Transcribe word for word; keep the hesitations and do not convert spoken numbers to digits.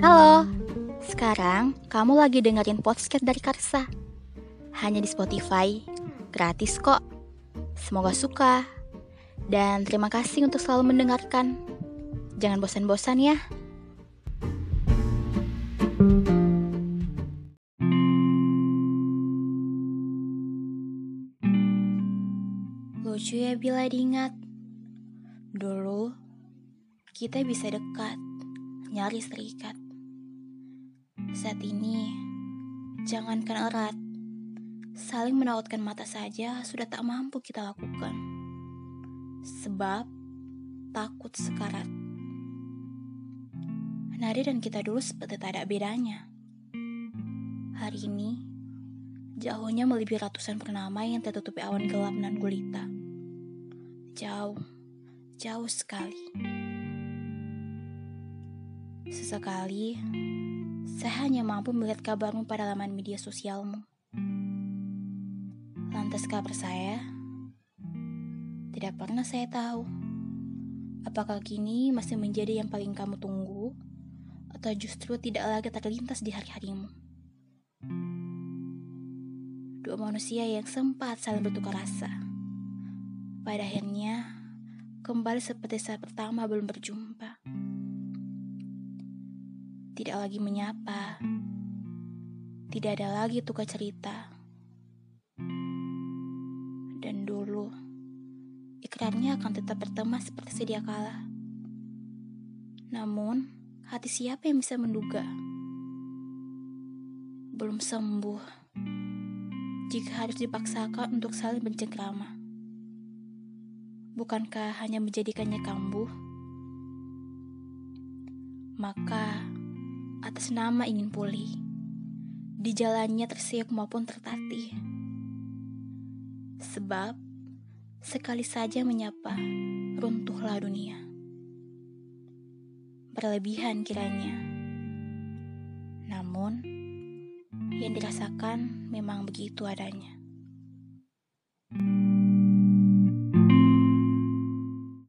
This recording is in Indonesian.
Halo, sekarang kamu lagi dengerin podcast dari Karsa. Hanya di Spotify, gratis kok. Semoga suka. Dan terima kasih untuk selalu mendengarkan. Jangan bosan-bosan ya. Lucu ya bila diingat. Dulu, kita bisa dekat, nyaris terikat. Saat ini, jangankan erat, saling menautkan mata saja sudah tak mampu kita lakukan. Sebab, takut sekarat. Nadi dan kita dulu seperti tak ada bedanya. Hari ini, jauhnya melebihi ratusan purnama yang tertutupi awan gelap nan gulita. Jauh, jauh sekali. Sesekali, saya hanya mampu melihat kabarmu pada laman media sosialmu. Lantas kabar saya, tidak pernah saya tahu. Apakah kini masih menjadi yang paling kamu tunggu, atau justru tidak lagi terlintas di hari-harimu? Dua manusia yang sempat saling bertukar rasa, pada akhirnya kembali seperti saat pertama belum berjumpa. Tidak lagi menyapa, tidak ada lagi tukar cerita. Dan dulu, ikrarnya akan tetap berteman seperti sedia kala. Namun, hati siapa yang bisa menduga? Belum sembuh, jika harus dipaksakan untuk saling bercengkrama. Bukankah hanya menjadikannya kambuh? Maka, atas nama ingin pulih, di jalannya tersiok maupun tertatih. Sebab, sekali saja menyapa, runtuhlah dunia. Berlebihan kiranya. Namun, yang dirasakan memang begitu adanya.